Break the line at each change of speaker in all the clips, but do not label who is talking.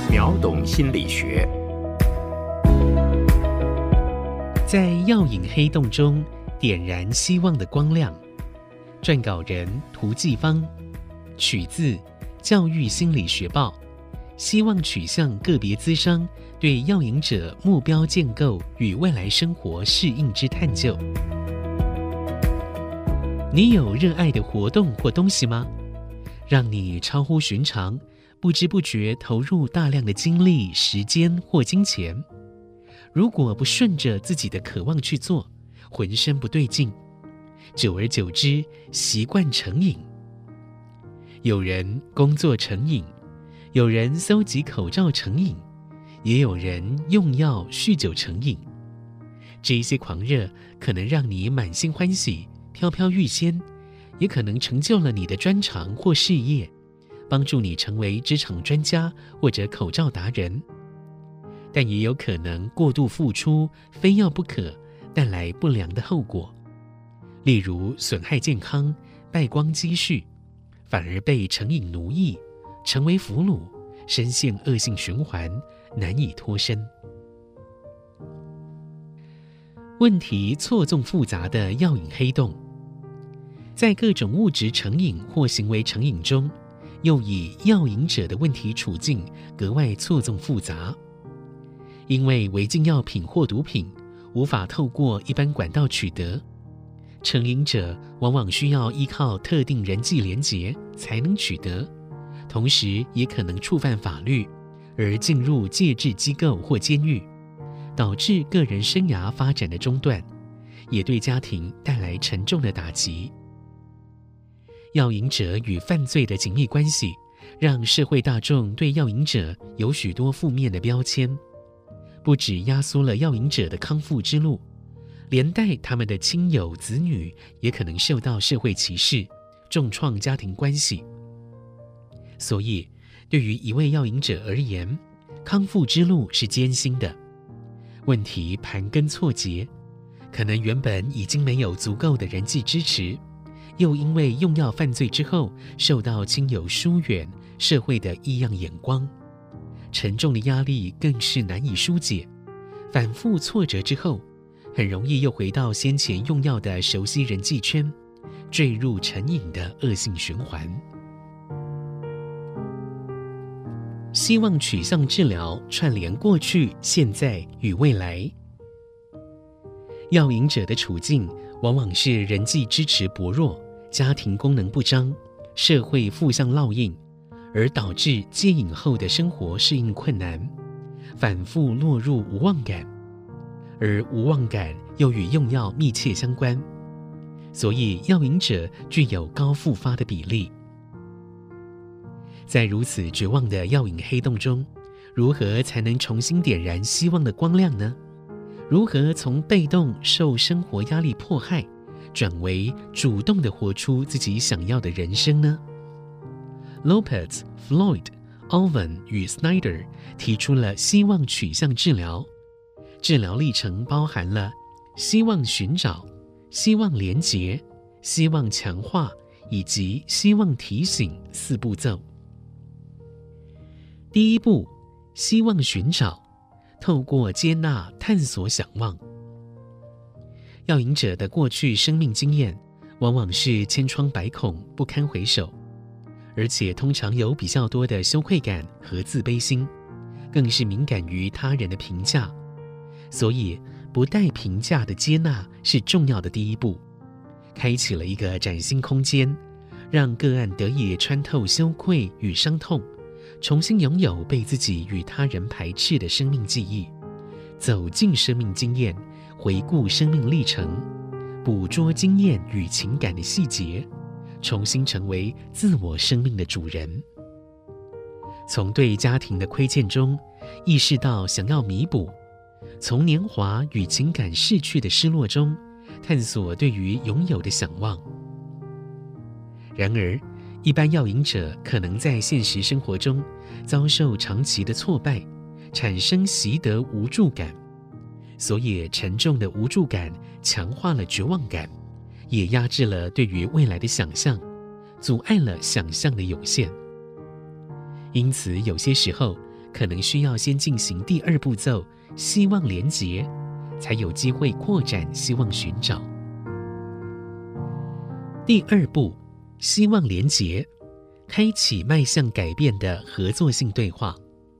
秒懂心理学。
在药引黑洞中点燃希望的光亮。撰稿人涂继芳，取自《教育心理学报》，希望取向个别咨商对药瘾者目标建构与未来生活适应之探究。你有热爱的活动或东西吗？让你超乎寻常，不知不觉投入大量的精力、时间或金钱。如果不顺着自己的渴望去做，浑身不对劲，久而久之，习惯成瘾。有人工作成瘾，有人搜集口罩成瘾，也有人用药酗酒成瘾。这一些狂热可能让你满心欢喜，飘飘欲仙，也可能成就了你的专长或事业，帮助你成为职场专家或者口罩达人。但也有可能过度付出，非要不可，带来不良的后果，例如损害健康、败光积蓄，反而被成瘾奴役，成为俘虏，深陷恶性循环，难以脱身。问题错综复杂的药瘾黑洞，在各种物质成瘾或行为成瘾中，又以药瘾者的问题处境格外错综复杂。因为违禁药品或毒品无法透过一般管道取得，成瘾者往往需要依靠特定人际连结才能取得，同时也可能触犯法律而进入戒治机构或监狱，导致个人生涯发展的中断，也对家庭带来沉重的打击。药瘾者与犯罪的紧密关系，让社会大众对药瘾者有许多负面的标签，不只压缩了药瘾者的康复之路，连带他们的亲友子女也可能受到社会歧视，重创家庭关系。所以对于一位药瘾者而言，康复之路是艰辛的，问题盘根错节，可能原本已经没有足够的人际支持，又因为用药犯罪之后受到亲友疏远、社会的异样眼光，沉重的压力更是难以疏解，反复挫折之后，很容易又回到先前用药的熟悉人际圈，坠入成瘾的恶性循环。希望取向治疗串联过去、现在与未来。药瘾者的处境往往是人际支持薄弱、家庭功能不彰、社会负向烙印，而导致戒瘾后的生活适应困难，反复落入无望感，而无望感又与用药密切相关，所以药瘾者具有高复发的比例。在如此绝望的药瘾黑洞中，如何才能重新点燃希望的光亮呢？如何从被动受生活压力迫害，转为主动地活出自己想要的人生呢？Lopez、Floyd、Alvan 与 Snyder 提出了希望取向治疗，治疗历程包含了希望寻找、希望连结、希望强化以及希望提醒4步骤。第一步，希望寻找，透过接纳、探索、想望。药瘾者的过去生命经验往往是千疮百孔、不堪回首，而且通常有比较多的羞愧感和自卑心，更是敏感于他人的评价，所以不带评价的接纳是重要的第一步，开启了一个崭新空间，让个案得以穿透羞愧与伤痛，重新拥有被自己与他人排斥的生命记忆，走进生命经验，回顾生命历程，捕捉经验与情感的细节，重新成为自我生命的主人。从对家庭的亏欠中意识到想要弥补，从年华与情感逝去的失落中探索对于拥有的想望。然而一般药瘾者可能在现实生活中遭受长期的挫败，产生习得无助感，所以沉重的无助感强化了绝望感，也压制了对于未来的想象，阻碍了想象的涌现。因此有些时候可能需要先进行第2步骤希望连结，才有机会扩展希望寻找。第2步，希望连结，开启迈向改变的合作性对话。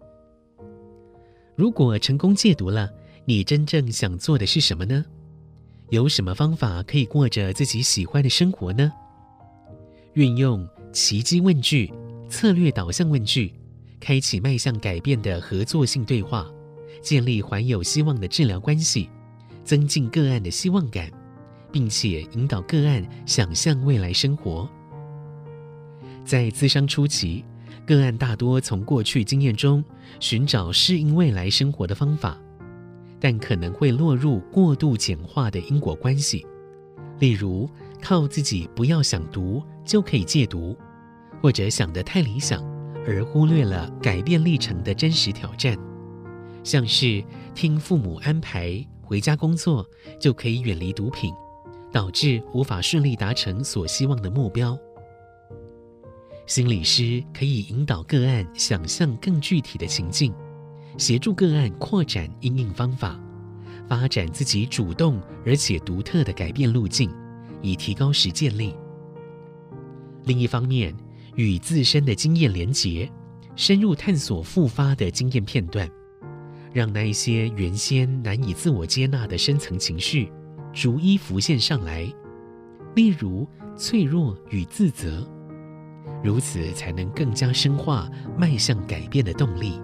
如果成功戒毒了，你真正想做的是什么呢？有什么方法可以过着自己喜欢的生活呢？运用奇迹问句、策略导向问句，开启迈向改变的合作性对话，建立怀有希望的治疗关系，增进个案的希望感，并且引导个案想象未来生活。在咨商初期，个案大多从过去经验中寻找适应未来生活的方法，但可能会落入过度简化的因果关系，例如靠自己不要想毒就可以戒毒，或者想得太理想而忽略了改变历程的真实挑战，像是听父母安排回家工作就可以远离毒品，导致无法顺利达成所希望的目标。心理师可以引导个案想象更具体的情境，协助个案扩展因应方法，发展自己主动而且独特的改变路径，以提高实践力。另一方面，与自身的经验连结，深入探索复发的经验片段，让那一些原先难以自我接纳的深层情绪逐一浮现上来，例如脆弱与自责，如此才能更加深化迈向改变的动力。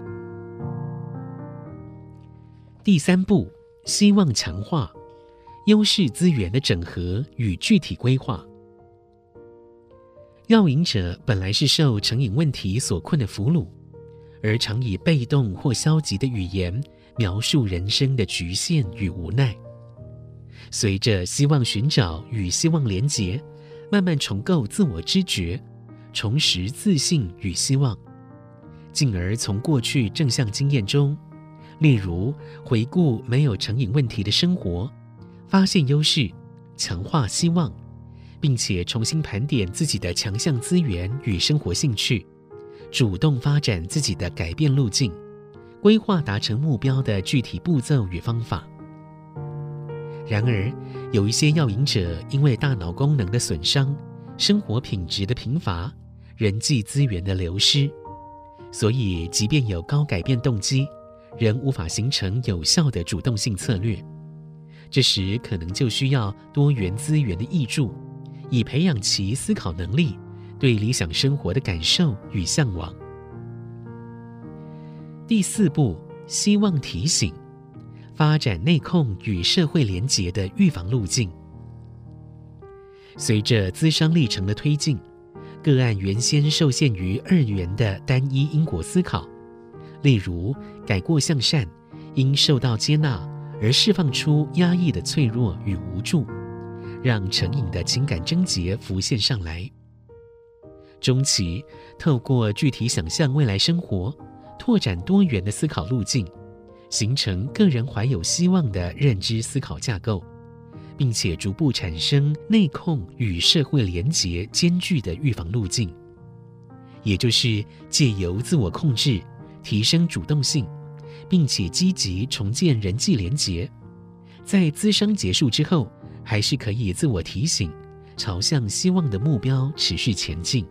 第3步，希望强化，优势资源的整合与具体规划。药瘾者本来是受成瘾问题所困的俘虏，而常以被动或消极的语言描述人生的局限与无奈。随着希望寻找与希望连结，慢慢重构自我知觉，重拾自信与希望，进而从过去正向经验中，例如回顾没有成瘾问题的生活，发现优势，强化希望，并且重新盘点自己的强项资源与生活兴趣，主动发展自己的改变路径，规划达成目标的具体步骤与方法。然而，有一些药瘾者因为大脑功能的损伤、生活品质的贫乏、人际资源的流失，所以即便有高改变动机，仍无法形成有效的主动性策略。这时可能就需要多元资源的挹注，以培养其思考能力，对理想生活的感受与向往。第4步，希望提醒，发展内控与社会连结的预防路径。随着咨商历程的推进，个案原先受限于2元的单一因果思考，例如改过向善，因受到接纳而释放出压抑的脆弱与无助，让成瘾的情感症结浮现上来。中期，透过具体想象未来生活，拓展多元的思考路径，形成个人怀有希望的认知思考架构，并且逐步产生内控与社会连结兼具的预防路径，也就是借由自我控制提升主动性，并且积极重建人际连结，在咨商结束之后，还是可以自我提醒，朝向希望的目标持续前进。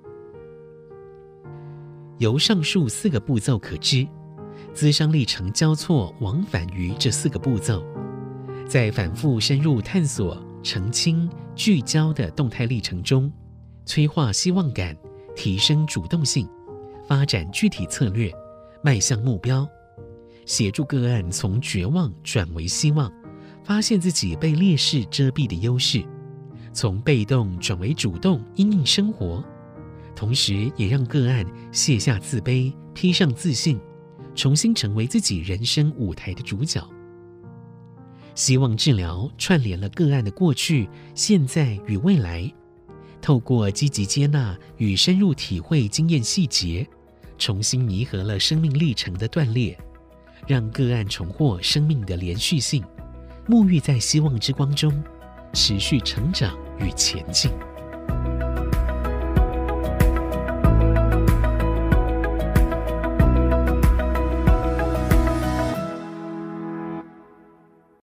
由上述4个步骤可知，咨商历程交错往返于这4个步骤，在反复深入探索、澄清、聚焦的动态历程中，催化希望感，提升主动性，发展具体策略，迈向目标，协助个案从绝望转为希望，发现自己被劣势遮蔽的优势，从被动转为主动因应生活，同时也让个案卸下自卑，披上自信，重新成为自己人生舞台的主角。希望治疗串联了个案的过去、现在与未来，透过积极接纳与深入体会经验细节，重新弥合了生命历程的断裂，让个案重获生命的连续性，沐浴在希望之光中，持续成长与前进。